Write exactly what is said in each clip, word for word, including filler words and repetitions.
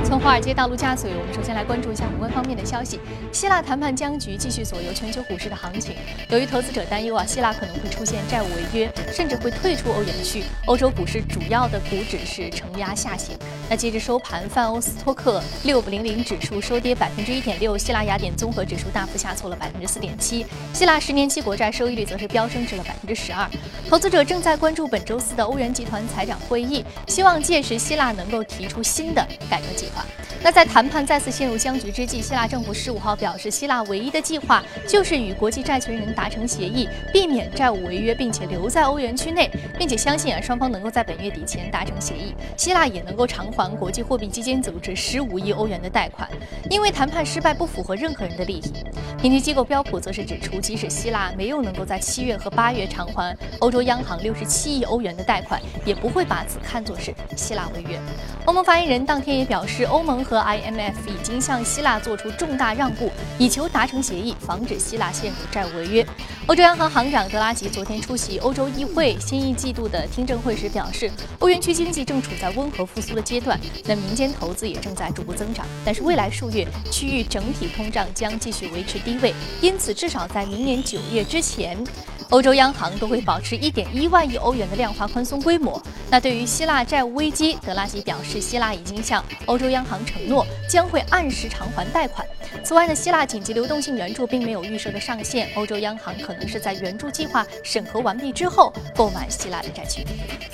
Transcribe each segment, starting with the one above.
从华尔街到陆家嘴，我们首先来关注一下宏观方面的消息。希腊谈判僵局继续左右全球股市的行情。由于投资者担忧啊，希腊可能会出现债务违约，甚至会退出欧元区。欧洲股市主要的股指是承压下行。那截至收盘，泛欧斯托克六零零指数收跌百分之一点六，希腊雅典综合指数大幅下挫了百分之四点七，希腊十年期国债收益率则是飙升至了百分之十二。投资者正在关注本周四的欧元集团财长会议，希望届时希腊能够提出新的改革计划。那在谈判再次陷入僵局之际，希腊政府十五号表示，希腊唯一的计划就是与国际债权人达成协议，避免债务违约，并且留在欧元区内，并且相信啊双方能够在本月底前达成协议，希腊也能够偿还国际货币基金组织十五亿欧元的贷款。因为谈判失败不符合任何人的利益。评级机构标普则是指出，即使希腊没有能够在七月和八月偿还欧洲央行六十七亿欧元的贷款，也不会把此看作是希腊违约。欧盟发言人当天也表示，欧盟和 I M F 已经向希腊做出重大让步，以求达成协议，防止希腊陷入债务违约。欧洲央行行长德拉吉昨天出席欧洲议会新一季度的听证会时表示，欧元区经济正处在温和复苏的阶段，那民间投资也正在逐步增长，但是未来数月区域整体通胀将继续维持低位，因此至少在明年九月之前，欧洲央行都会保持一点一万亿欧元的量化宽松规模。那对于希腊债务危机，德拉吉表示，希腊已经向欧洲央行承诺将会按时偿还贷款。此外呢，希腊紧急流动性援助并没有预设的上限，欧洲央行可能是在援助计划审核完毕之后购买希腊的债券。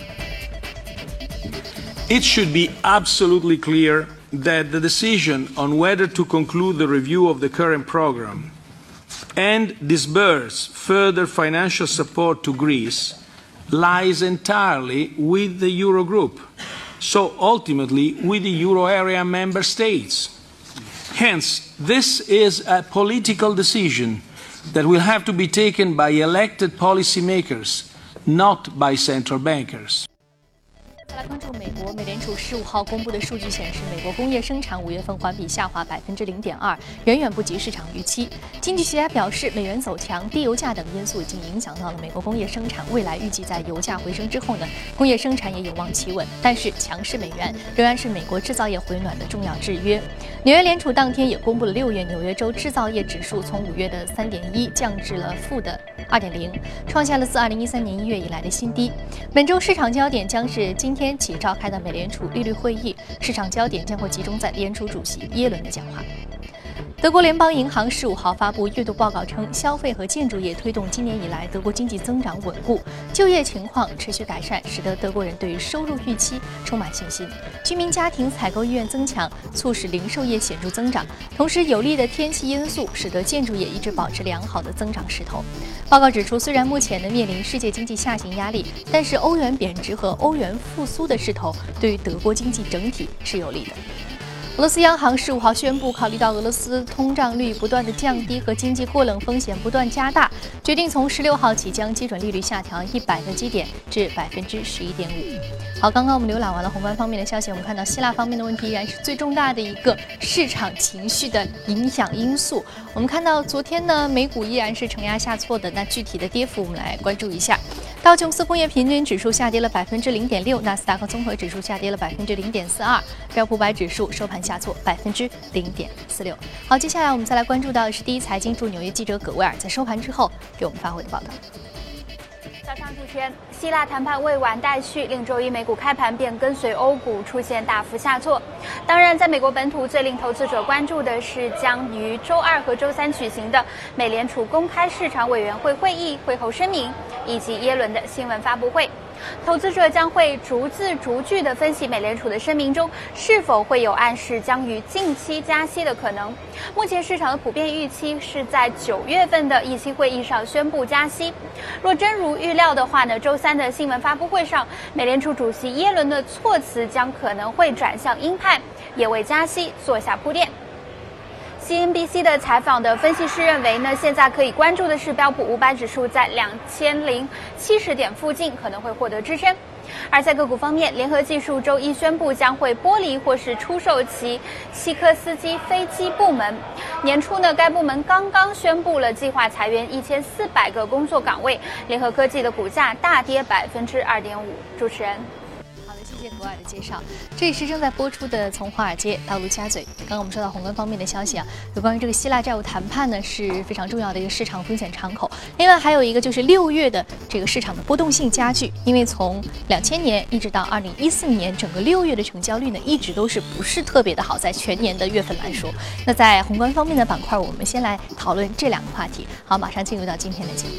It should be absolutely clear that the decision on whether to conclude the review of the current program and disburse further financial support to Greece lies entirely with the Eurogroup, so ultimately with the Euro area member states. Hence, this is a political decision that will have to be taken by elected policymakers, not by central bankers. 再来关注美国，美联储十五号公布的数据显示，美国工业生产五月份环比下滑百分之零点二，远远不及市场预期。经济学家表示，美元走强、低油价等因素已经影响到了美国工业生产，未来预计在油价回升之后呢，工业生产也有望企稳。但是，强势美元仍然是美国制造业回暖的重要制约。纽约联储当天也公布了六月纽约州制造业指数从五月的三点一降至了负的二点零，创下了自二零一三年一月以来的新低。本周市场焦点将是今天起召开的美联储利率会议，市场焦点将会集中在联储主席耶伦的讲话。德国联邦银行十五号发布月度报告称，消费和建筑业推动今年以来德国经济增长稳固，就业情况持续改善，使得德国人对于收入预期充满信心。居民家庭采购意愿增强，促使零售业显著增长，同时有利的天气因素使得建筑业一直保持良好的增长势头。报告指出，虽然目前呢面临世界经济下行压力，但是欧元贬值和欧元复苏的势头对于德国经济整体是有利的。俄罗斯央行十五号宣布，考虑到俄罗斯通胀率不断的降低和经济过冷风险不断加大，决定从十六号起将基准利率下调一百个基点至百分之十一点五。好，刚刚我们浏览完了宏观方面的消息，我们看到希腊方面的问题依然是最重大的一个市场情绪的影响因素。我们看到昨天呢，美股依然是承压下挫的，那具体的跌幅我们来关注一下。道琼斯工业平均指数下跌了百分之零点六，纳斯达克综合指数下跌了百分之零点四二，标普百指数收盘下挫百分之零点四六。好，接下来我们再来关注到的是第一财经驻纽约记者葛威尔在收盘之后给我们发回的报道。 早上主持人，希腊谈判未完待续，令周一美股开盘便跟随欧股出现大幅下挫。当然，在美国本土最令投资者关注的是将于周二和周三举行的美联储公开市场委员会会议会后声明，以及耶伦的新闻发布会。投资者将会逐字逐句地分析美联储的声明中是否会有暗示将于近期加息的可能。目前市场的普遍预期是在九月份的议息会议上宣布加息。若真如预料的话呢，周三的新闻发布会上，美联储主席耶伦的措辞将可能会转向鹰派，也为加息做下铺垫。C N B C 的采访的分析师认为呢，现在可以关注的是标普五百指数在两千零七十点附近可能会获得支撑。而在个股方面，联合技术周一宣布将会剥离或是出售其西科斯基飞机部门。年初呢，该部门刚刚宣布了计划裁员一千四百个工作岗位。联合科技的股价大跌百分之二点五。主持人。 好的，谢谢。 谢国外的介绍。这里是正在播出的《从华尔街到陆家嘴》。刚刚我们说到宏观方面的消息啊，有关于这个希腊债务谈判呢是非常重要的一个市场风险敞口。另外还有一个就是六月的这个市场的波动性加剧，因为从两千年一直到二零一四年，整个六月的成交率呢一直都是不是特别的好，在全年的月份来说。那在宏观方面的板块，我们先来讨论这两个话题。好，马上进入到今天的节目。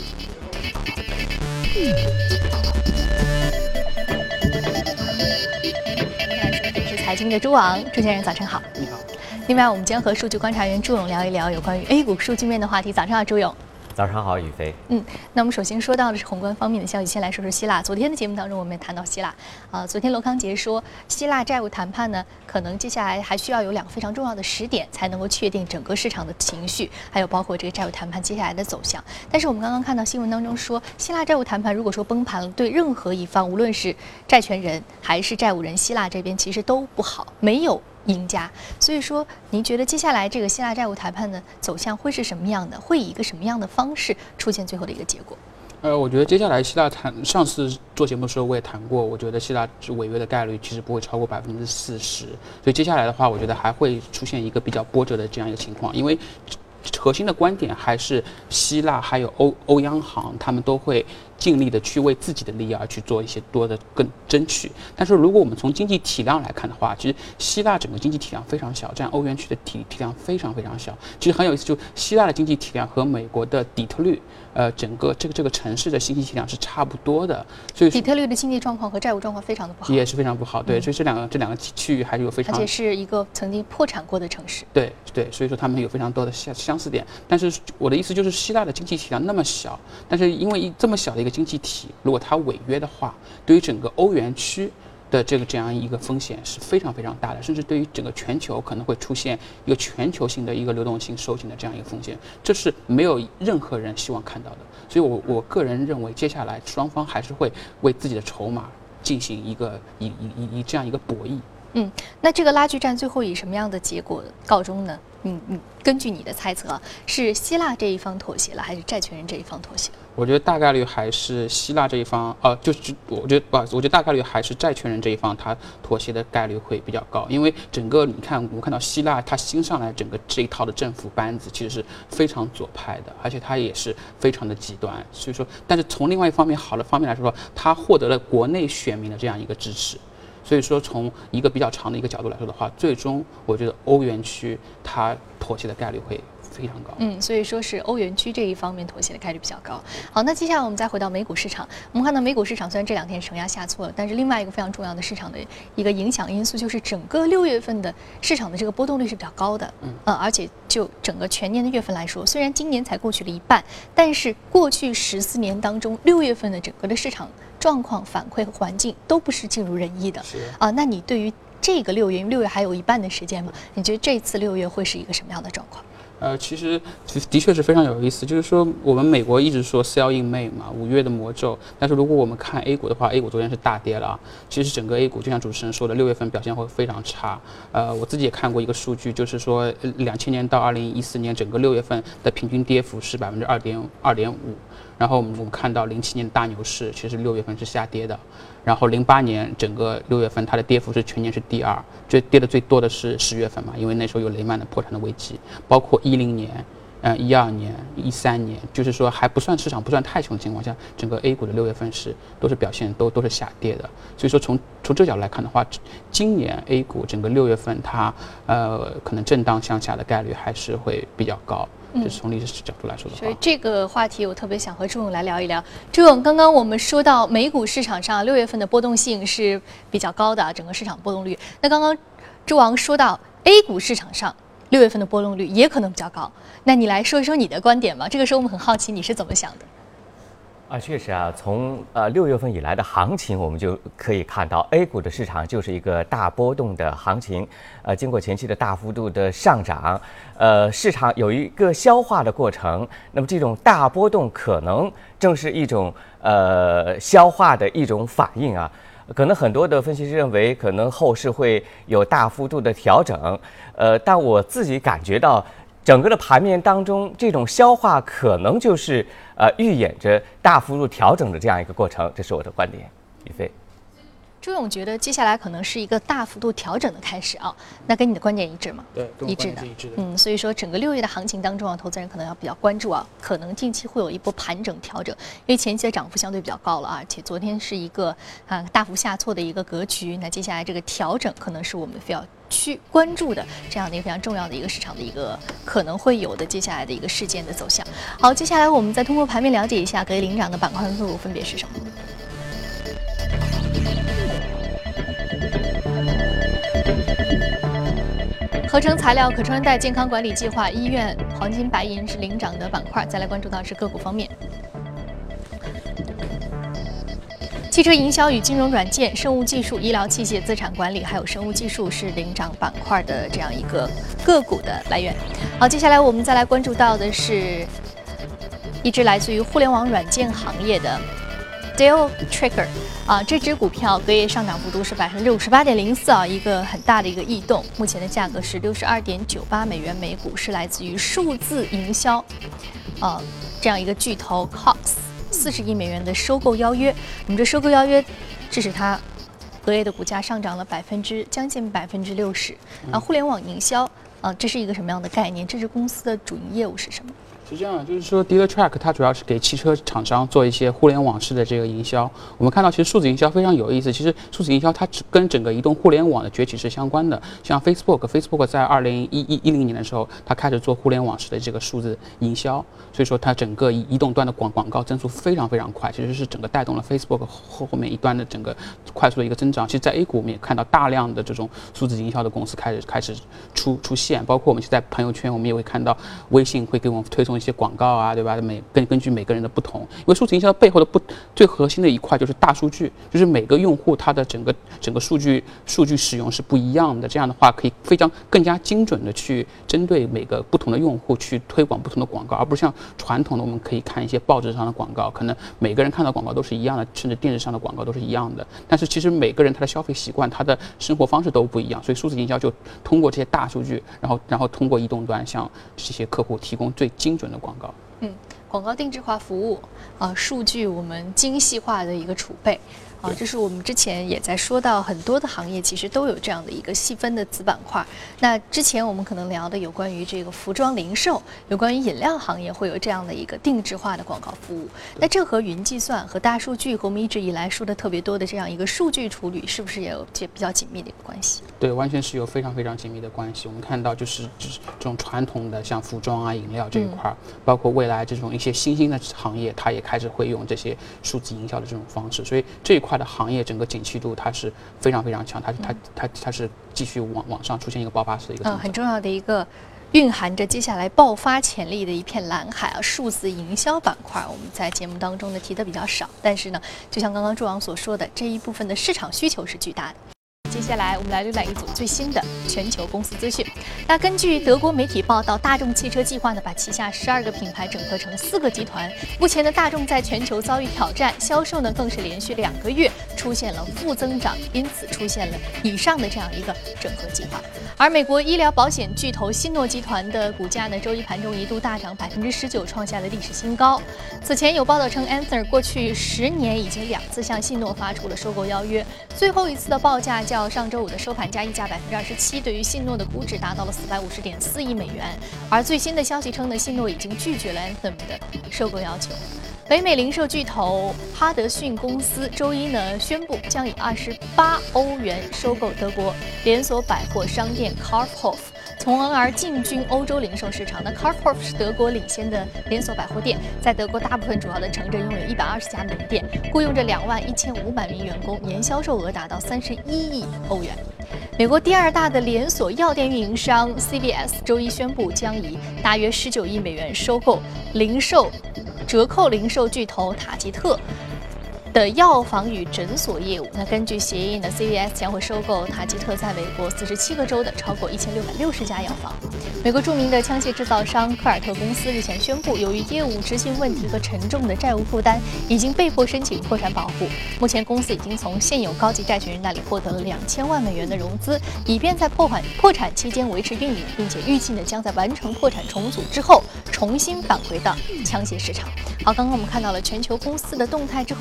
是财经的朱王，朱先生早晨好。 你好。 另外，我们将和数据观察员朱勇聊一聊有关于 A 股数据面的话题。早上好，朱勇。 早上好，宇飞。 嗯，那我们首先说到的是宏观方面的消息，先来说说希腊。昨天的节目当中，我们也谈到希腊。呃，昨天罗康杰说，希腊债务谈判呢，可能接下来还需要有两个非常重要的时点，才能够确定整个市场的情绪，还有包括这个债务谈判接下来的走向。但是我们刚刚看到新闻当中说，希腊债务谈判如果说崩盘了，对任何一方，无论是债权人还是债务人，希腊这边其实都不好，没有赢家。所以说，您觉得接下来这个希腊债务谈判的走向会是什么样的？会以一个什么样的方式出现最后的一个结果？ 呃，我觉得接下来希腊谈，上次做节目的时候我也谈过，我觉得希腊违约的概率其实不会超过百分之四十，所以接下来的话，我觉得还会出现一个比较波折的这样一个情况，因为核心的观点还是希腊还有欧欧央行，他们都会尽力的去为自己的利益而去做一些多的更争取。但是如果我们从经济体量来看的话，其实希腊整个经济体量非常小，占欧元区的体体量非常非常小。其实很有意思，就希腊的经济体量和美国的底特律，呃，整个这个这个城市的经济体量是差不多的。所以底特律的经济状况和债务状况非常的不好， 也是非常不好。对，嗯、所以这两个这两个区域还是有非常， 而且是一个曾经破产过的城市。 对对，所以说他们有非常多的相相似点。但是我的意思就是，希腊的经济体量那么小，但是因为一这么小的一个经济体，如果它违约的话，对于整个欧元区的这个这样一个风险是非常非常大的，甚至对于整个全球可能会出现一个全球性的一个流动性收紧的这样一个风险，这是没有任何人希望看到的。所以我我个人认为，接下来双方还是会为自己的筹码进行一个一一一这样一个博弈。 嗯，那这个拉锯战最后以什么样的结果告终呢？嗯嗯，根据你的猜测，是希腊这一方妥协了，还是债权人这一方妥协了？ 我觉得大概率还是希腊这一方，呃，就是我觉得不好意思，我觉得大概率还是债权人这一方，他妥协的概率会比较高，因为整个你看，我们看到希腊它新上来整个这一套的政府班子其实是非常左派的，而且它也是非常的极端，所以说，但是从另外一方面好的方面来说，它获得了国内选民的这样一个支持。所以说，从一个比较长的一个角度来说的话，最终我觉得欧元区它妥协的概率会非常高。 嗯，所以说是欧元区这一方面妥协的概率比较高。好，那接下来我们再回到美股市场，我们看到美股市场虽然这两天承压下挫了，但是另外一个非常重要的市场的一个影响因素就是整个六月份的市场的这个波动率是比较高的。嗯，呃，而且就整个全年的月份来说，虽然今年才过去了一半，但是过去十四年当中，六月份的整个的市场状况、反馈和环境都不是尽如人意的。 是啊、呃，那你对于这个六月，因为六月还有一半的时间嘛，你觉得这次六月会是一个什么样的状况？ 呃，其实的确是非常有意思，就是说我们美国一直说 sell in May 嘛，五月的魔咒。但是如果我们看 A 股的话 ，A 股昨天是大跌了啊。其实整个 A 股就像主持人说的，六月份表现会非常差。呃，我自己也看过一个数据，就是说两千年到二零一四年整个六月份的平均跌幅是百分之二点二点五。然后我们看到零七年的大牛市，其实六月份是下跌的。然后零八年整个六月份它的跌幅是全年是第二，最跌的最多的是十月份嘛，因为那时候有雷曼的破产的危机，包括一零年、嗯一二年、一三年，就是说还不算市场不算太穷的情况下，整个 A 股的六月份是都是表现都都是下跌的。所以说从从这角度来看的话，今年 A 股整个六月份它呃可能震荡向下的概率还是会比较高。这是从历史角度来说的话， 所以这个话题我特别想和朱勇来聊一聊。朱勇，刚刚我们说到美股市场上六月份的波动性是比较高的，整个市场波动率。那刚刚朱王说到 A 股市场上六月份的波动率也可能比较高，那你来说一说你的观点吧。这个时候我们很好奇你是怎么想的。 啊，确实啊，从呃六月份以来的行情，我们就可以看到 A 股的市场就是一个大波动的行情。呃，经过前期的大幅度的上涨，呃，市场有一个消化的过程。那么这种大波动可能正是一种呃消化的一种反应啊。可能很多的分析师认为，可能后市会有大幅度的调整。呃，但我自己感觉到，整个的盘面当中，这种消化可能就是呃预演着大幅度调整的这样一个过程，这是我的观点。宇飞。 朱勇觉得接下来可能是一个大幅度调整的开始啊，那跟你的观点一致吗？ 对，跟我一致的， 观点是一致的。 嗯，所以说整个六月的行情当中啊，投资人可能要比较关注啊，可能近期会有一波盘整调整，因为前期的涨幅相对比较高了啊，而且昨天是一个啊大幅下挫的一个格局，那接下来这个调整可能是我们非要去关注的这样的一个非常重要的一个市场的一个可能会有的接下来的一个事件的走向。好，接下来我们再通过盘面了解一下隔夜领涨的板块和个股分别是什么。合成材料、可穿戴、健康管理计划、医院、黄金、白银是领涨的板块。再来关注到是个股方面，汽车营销与金融软件、生物技术、医疗器械、资产管理，还有生物技术是领涨板块的这样一个个股的来源。好，接下来我们再来关注到的是一只来自于互联网软件行业的 Deal Tracker。啊，这只股票隔夜上涨幅度是百分之五十八点零四啊，一个很大的一个异动。目前的价格是六十二点九八美元每股，是来自于数字营销，呃，这样一个巨头 Cox 四十亿美元的收购邀约。我们这收购邀约致使它隔夜的股价上涨了百分之将近百分之六十。啊，互联网营销，啊，这是一个什么样的概念？这支公司的主营业务是什么？ 是这样，就是说 Dealertrack 它主要是给汽车厂商做一些互联网式的这个营销。我们看到，其实数字营销非常有意思。其实数字营销它跟整个移动互联网的崛起是相关的。像 Facebook，Facebook 在二零一一一零年的时候，它开始做互联网式的这个数字营销，所以说它整个移动端的广广告增速非常非常快，其实是整个带动了 Facebook 后后面一端的整个快速的一个增长。其实，在 A 股我们也看到大量的这种数字营销的公司开始开始出出现，包括我们在朋友圈，我们也会看到微信会给我们推送一些广告啊，对吧？每根根据每个人的不同，因为数字营销背后的不最核心的一块就是大数据，就是每个用户他的整个整个数据数据使用是不一样的。这样的话，可以非常更加精准的去针对每个不同的用户去推广不同的广告，而不是像传统的我们可以看一些报纸上的广告，可能每个人看到广告都是一样的，甚至电视上的广告都是一样的。但是其实每个人他的消费习惯、他的生活方式都不一样，所以数字营销就通过这些大数据，然后然后通过移动端向这些客户提供最精准的广告。 嗯，广告定制化服务，啊、呃，数据我们精细化的一个储备，啊、呃，这是我们之前也在说到，很多的行业其实都有这样的一个细分的子板块。那之前我们可能聊的有关于这个服装零售，有关于饮料行业会有这样的一个定制化的广告服务。那这和云计算和大数据和我们一直以来说的特别多的这样一个数据处理，是不是也有这比较紧密的一个关系？ 对，完全是有非常非常紧密的关系。我们看到就是就是这种传统的像服装啊、饮料这一块，嗯、包括未来这种一些新兴的行业，它也开始会用这些数字营销的这种方式。所以这一块的行业整个景气度它是非常非常强，它它它它是继续往往上出现一个爆发式的一个增长。 嗯，很重要的一个蕴含着接下来爆发潜力的一片蓝海啊！数字营销板块，我们在节目当中呢提的比较少，但是呢，就像刚刚朱王所说的，这一部分的市场需求是巨大的。接下来我们来浏览一组最新的全球公司资讯。那根据德国媒体报道，大众汽车计划呢把旗下十二个品牌整合成四个集团。目前的大众在全球遭遇挑战，销售呢更是连续两个月出现了负增长，因此出现了以上的这样一个整合计划。而美国医疗保险巨头信诺集团的股价呢，周一盘中一度大涨百分之十九，创下了历史新高。此前有报道称 ，Anther 过去十年已经两次向信诺发出了收购邀约，最后一次的报价较上周五的收盘价溢价百分之二十七，对于信诺的估值达到了四百五十点四亿美元。而最新的消息称呢，信诺已经拒绝了 Anthem 的收购要求。北美零售巨头哈德逊公司周一呢宣布将以二十八欧元收购德国连锁百货商店 Kaufhof， 从而进军欧洲零售市场。那 Kaufhof 是德国领先的连锁百货店，在德国大部分主要的城镇拥有一百二十家门店，雇佣着两万一千五百名员工，年销售额达到三十一亿欧元。美国第二大的连锁药店运营商 C V S 周一宣布将以大约十九亿美元收购零售折扣零售巨头塔吉特的药房与诊所业务。那根据协议呢 ，C V S 将会收购塔吉特在美国四十七个州的超过一千六百六十家药房。美国著名的枪械制造商科尔特公司日前宣布，由于业务执行问题和沉重的债务负担，已经被迫申请破产保护。目前公司已经从现有高级债权人那里获得了两千万美元的融资，以便在破产破产期间维持运营，并且预计呢将在完成破产重组之后重新返回到枪械市场。好，刚刚我们看到了全球公司的动态之后呢，接下来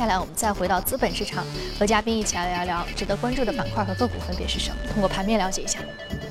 来我们再回到资本市场，和嘉宾一起来聊聊值得关注的板块和个股分别是什么。通过盘面了解一下。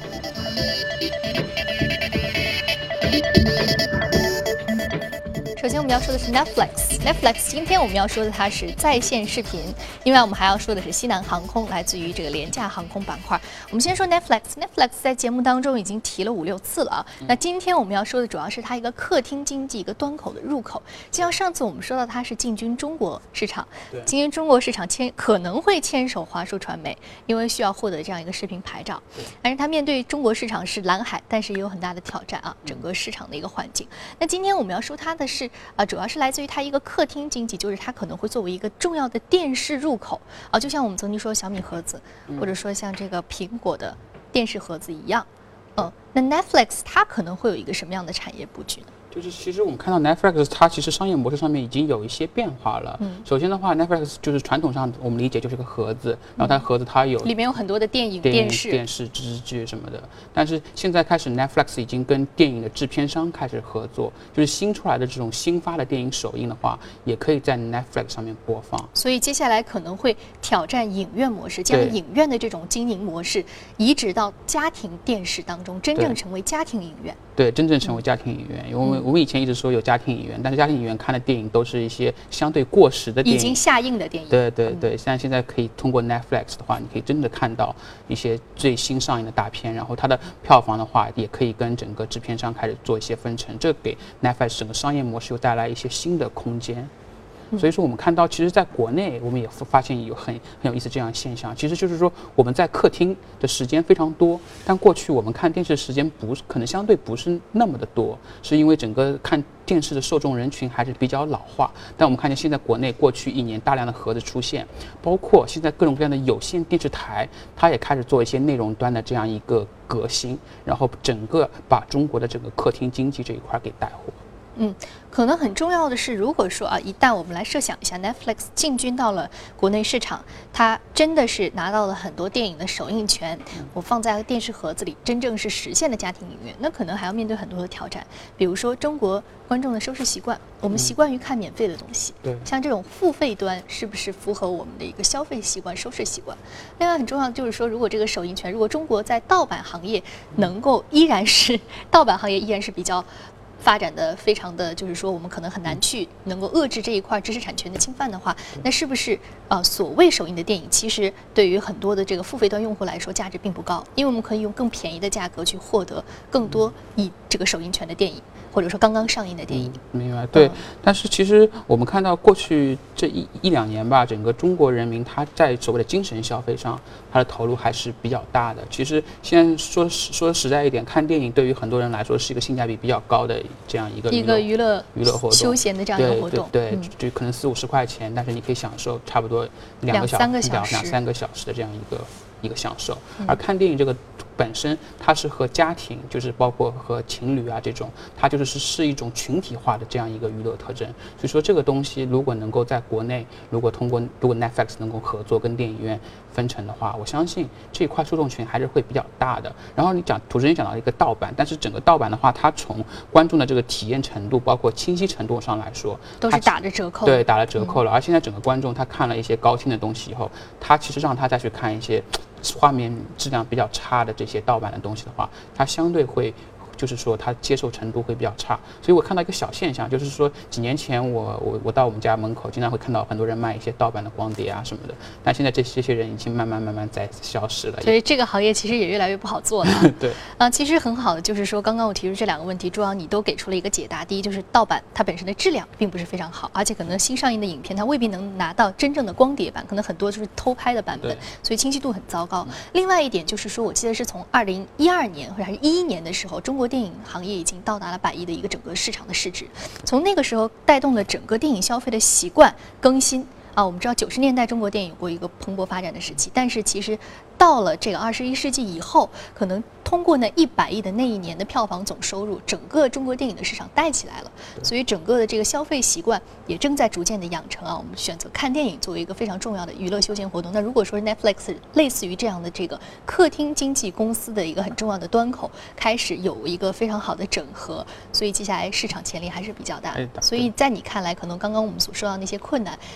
首先我们要说的是 Netflix。Netflix 今天我们要说的它是在线视频，另外我们还要说的是西南航空，来自于这个廉价航空板块。我们先说 Netflix。Netflix 在节目当中已经提了五六次了啊。那今天我们要说的主要是它一个客厅经济一个端口的入口。就像上次我们说到它是进军中国市场，进军中国市场牵可能会牵手华数传媒，因为需要获得这样一个视频牌照。但是它面对中国市场是蓝海，但是也有很大的挑战啊，整个市场的一个环境。那今天我们要说它的是啊、呃，主要是来自于它一个客厅经济，就是它可能会作为一个重要的电视入口啊，就像我们曾经说小米盒子，或者说像这个苹果的电视盒子一样。嗯，那 Netflix 它可能会有一个什么样的产业布局呢？ 就是其实我们看到 Netflix 它其实商业模式上面已经有一些变化了。嗯，首先的话 ，Netflix 就是传统上我们理解就是个盒子，然后它盒子它有里面有很多的电影、 电电视、 电视、支剧什么的。但是现在开始 ，Netflix 已经跟电影的制片商开始合作，就是新出来的这种新发的电影首映的话，也可以在 Netflix 上面播放。 所以接下来可能会挑战影院模式，将影院的这种经营模式移植到家庭电视当中，真正成为家庭影院。 对，真正成为家庭影院。因为我们我们以前一直说有家庭影院，但是家庭影院看的电影都是一些相对过时的电影， 已经下映的电影。 对对对，像现在可以通过 Netflix 的话，你可以真的看到一些最新上映的大片，然后它的票房的话，也可以跟整个制片商开始做一些分成，这给 Netflix 整个商业模式又带来一些新的空间。所以说，我们看到，其实在国内，我们也发现有很很有意思这样的现象。其实就是说，我们在客厅的时间非常多，但过去我们看电视的时间不是可能相对不是那么的多，是因为整个看电视的受众人群还是比较老化。但我们看见现在国内过去一年大量的盒子出现，包括现在各种各样的有线电视台，它也开始做一些内容端的这样一个革新，然后整个把中国的整个客厅经济这一块给带火。 嗯，可能很重要的是，如果说啊，一旦我们来设想一下 ，Netflix 进军到了国内市场，它真的是拿到了很多电影的首映权，我放在电视盒子里，真正是实现的家庭影院，那可能还要面对很多的挑战，比如说中国观众的收视习惯，我们习惯于看免费的东西， 对， 像这种付费端是不是符合我们的一个消费习惯、收视习惯？另外很重要的就是说，如果这个首映权，如果中国在盗版行业能够依然是盗版行业依然是比较发展的非常的，就是说我们可能很难去能够遏制这一块知识产权的侵犯的话，那是不是呃所谓首映的电影，其实对于很多的这个付费端用户来说价值并不高，因为我们可以用更便宜的价格去获得更多以这个首映权的电影，或者说刚刚上映的电影。 嗯、明白，对、嗯。但是其实我们看到过去这一一两年吧，整个中国人民他在所谓的精神消费上，他的投入还是比较大的。其实现在说说实在一点，看电影对于很多人来说是一个性价比比较高的这样一个一个娱乐娱乐活动、 休闲的这样一个活动。 对，对对嗯、就可能四五十块钱，但是你可以享受差不多两个小两三个小时、 两三个小时的这样一个一个享受。而看电影这个本身，它是和家庭，就是包括和情侣啊这种，它就是是是一种群体化的这样一个娱乐特征。所以说这个东西如果能够在国内，如果通过如果 Netflix 能够合作跟电影院分成的话，我相信这一块受众群还是会比较大的。然后你讲主持人讲到一个盗版，但是整个盗版的话，它从观众的这个体验程度，包括清晰程度上来说， 都是打着折扣。 对，打了折扣了。嗯、而现在整个观众他看了一些高清的东西以后，他其实让他再去看一些画面质量比较差的这些盗版的东西的话，它相对会就是说它接受程度会比较差。所以我看到一个小现象，就是说几年前我我我到我们家门口经常会看到很多人卖一些盗版的光碟啊什么的，但现在这这些人已经慢慢慢慢在消失了。 所以这个行业其实也越来越不好做了。 对啊、呃，其实很好的就是说，刚刚我提出这两个问题，朱阳你都给出了一个解答。第一就是盗版它本身的质量并不是非常好，而且可能新上映的影片它未必能拿到真正的光碟版，可能很多就是偷拍的版本，所以清晰度很糟糕。嗯、另外一点就是说，我记得是从二零一二年或者还是一一年的时候，中国电影行业已经到达了百亿的一个整个市场的市值，从那个时候带动了整个电影消费的习惯更新啊。我们知道九十年代中国电影有过一个蓬勃发展的时期，但是其实到了这个二十一世纪以后，可能通过那一百亿的那一年的票房总收入，整个中国电影的市场带起来了，所以整个的这个消费习惯也正在逐渐的养成啊。我们选择看电影作为一个非常重要的娱乐休闲活动。那如果说 Netflix 类似于这样的这个客厅经纪公司的一个很重要的端口开始有一个非常好的整合，所以接下来市场潜力还是比较大的。所以在你看来，可能刚刚我们所说到那些困难，相对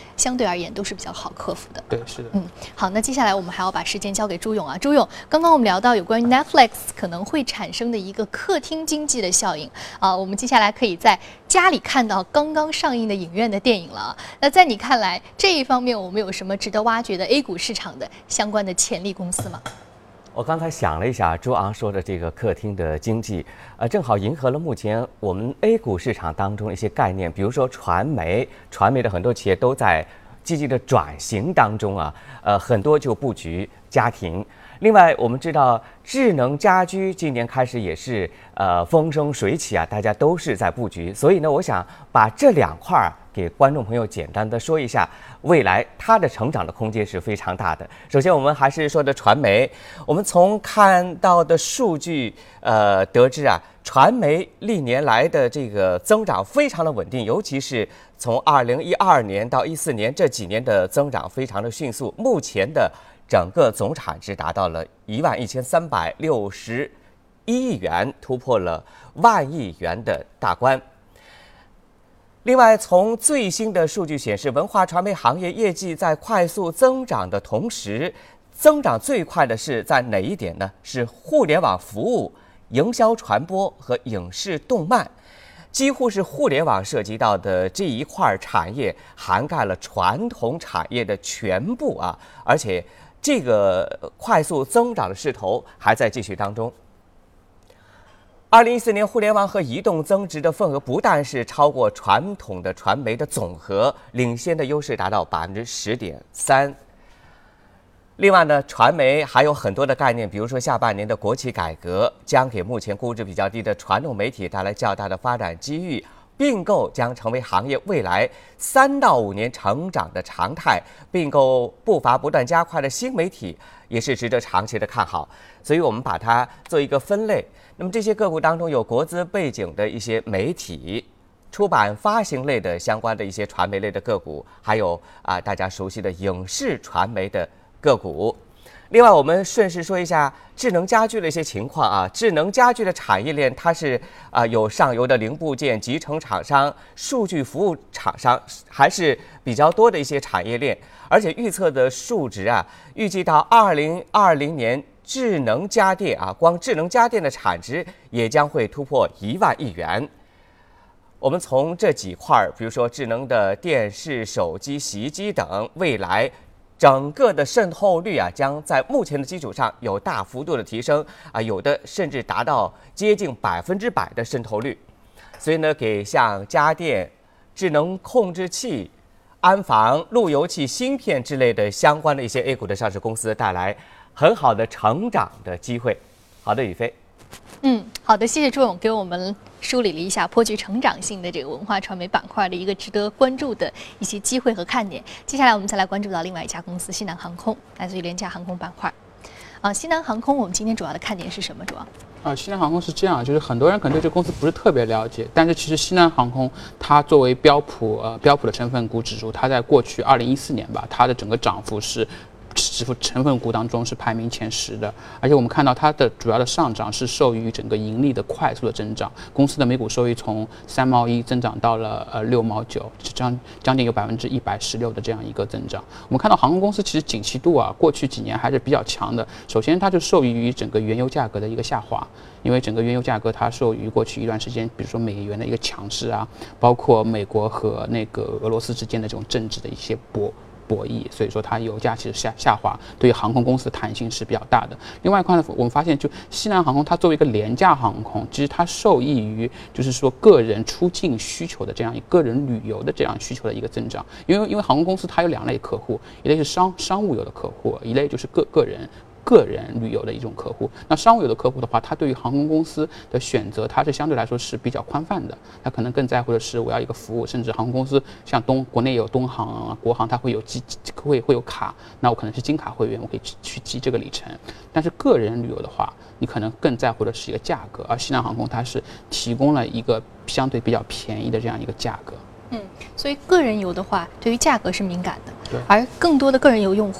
对而言都是比较好克服的。 对，是的。 嗯，好，那接下来我们还要把时间交给朱勇啊。朱勇，刚刚我们聊到有关于 Netflix 可能会产生的一个客厅经济的效应啊，我们接下来可以在家里看到刚刚上映的影院的电影了。那在你看来，这一方面我们有什么值得挖掘的 A 股市场的相关的潜力公司吗？ 我刚才想了一下，朱昂说的这个客厅的经济，呃，正好迎合了目前我们 A 股市场当中的一些概念，比如说传媒，传媒的很多企业都在积极的转型当中啊，呃，很多就布局家庭。另外，我们知道智能家居今年开始也是呃风生水起啊，大家都是在布局。所以呢，我想把这两块儿给观众朋友简单的说一下，未来它的成长的空间是非常大的。首先，我们还是说的传媒，我们从看到的数据呃得知啊，传媒历年来的这个增长非常的稳定，尤其是从二零一二年到一四年这几年的增长非常的迅速。目前的整个总产值达到了一万一千三百六十一亿元，突破了万亿元的大关。另外，从最新的数据显示，文化传媒行业业绩在快速增长的同时，增长最快的是在哪一点呢？是互联网服务、营销传播和影视动漫。几乎是互联网涉及到的这一块产业，涵盖了传统产业的全部啊！而且这个快速增长的势头还在继续当中。二零一四年，互联网和移动增值的份额不但是超过传统的传媒的总和，领先的优势达到百分之十点三。另外呢，传媒还有很多的概念，比如说下半年的国企改革将给目前估值比较低的传统媒体带来较大的发展机遇，并购将成为行业未来三到五年成长的常态，并购步伐不断加快的新媒体也是值得长期的看好，所以我们把它做一个分类。那么这些个股当中有国资背景的一些媒体、出版发行类的相关的一些传媒类的个股，还有啊大家熟悉的影视传媒的个股。另外，我们顺势说一下智能家居的一些情况啊。智能家居的产业链，它是啊有上游的零部件、集成厂商、数据服务厂商，还是比较多的一些产业链。而且预测的数值啊，预计到二零二零年，智能家电啊，光智能家电的产值也将会突破一万亿元。我们从这几块，比如说智能的电视、手机、洗衣机等，未来整个的渗透率啊，将在目前的基础上有大幅度的提升啊，有的甚至达到接近百分之百的渗透率。所以呢，给像家电、智能控制器、安防、路由器、芯片之类的相关的一些 A 股的上市公司带来很好的成长的机会。好的，宇飞。 嗯，好的，谢谢朱勇给我们梳理了一下颇具成长性的这个文化传媒板块的一个值得关注的一些机会和看点。接下来我们再来关注到另外一家公司西南航空，来自于廉价航空板块。啊，西南航空我们今天主要的看点是什么？主要啊，西南航空是这样，就是很多人可能对这个公司不是特别了解，但是其实西南航空它作为标普呃标普的成分股指数，它在过去二零一四年吧，它的整个涨幅是指数成分股当中是排名前十的，而且我们看到它的主要的上涨是受益于整个盈利的快速的增长，公司的每股收益从三毛一增长到了呃六毛九，将将近有百分之一百十六的这样一个增长。我们看到航空公司其实景气度啊，过去几年还是比较强的。首先，它就受益于整个原油价格的一个下滑，因为整个原油价格它受益于过去一段时间，比如说美元的一个强势啊，包括美国和那个俄罗斯之间的这种政治的一些博。博弈，所以说它油价其实下下滑，对于航空公司的弹性是比较大的。另外一块呢，我们发现就西南航空它作为一个廉价航空，其实它受益于就是说个人出境需求的这样一个人旅游的这样需求的一个增长。因为因为航空公司它有两类客户，一类是商商务游的客户，一类就是个个人。个人旅游的一种客户，那商务游的客户的话，他对于航空公司的选择，它是相对来说是比较宽泛的，他可能更在乎的是我要一个服务，甚至航空公司像东国内有东航啊、国航，它会有积会会有卡，那我可能是金卡会员，我可以去积这个里程。但是个人旅游的话，你可能更在乎的是一个价格，而西南航空它是提供了一个相对比较便宜的这样一个价格。 嗯，所以个人游的话，对于价格是敏感的， 对， 而更多的个人游用户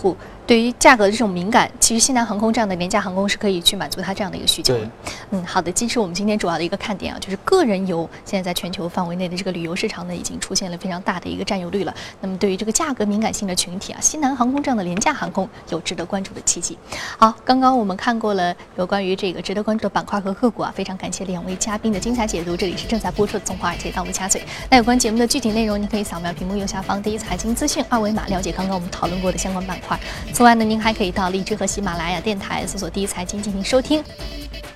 对于价格的这种敏感，其实西南航空这样的廉价航空是可以去满足它这样的一个需求的。嗯，好的，这是我们今天主要的一个看点啊，就是个人游现在在全球范围内的这个旅游市场呢，已经出现了非常大的一个占有率了。那么对于这个价格敏感性的群体啊，西南航空这样的廉价航空有值得关注的契机。好，刚刚我们看过了有关于这个值得关注的板块和个股啊，非常感谢两位嘉宾的精彩解读。这里是正在播出的从华尔街到陆家嘴。那有关节目的具体内容，您可以扫描屏幕右下方第一财经资讯二维码，了解刚刚我们讨论过的相关板块。此外呢，您还可以到荔枝和喜马拉雅电台搜索第一财经进行收听。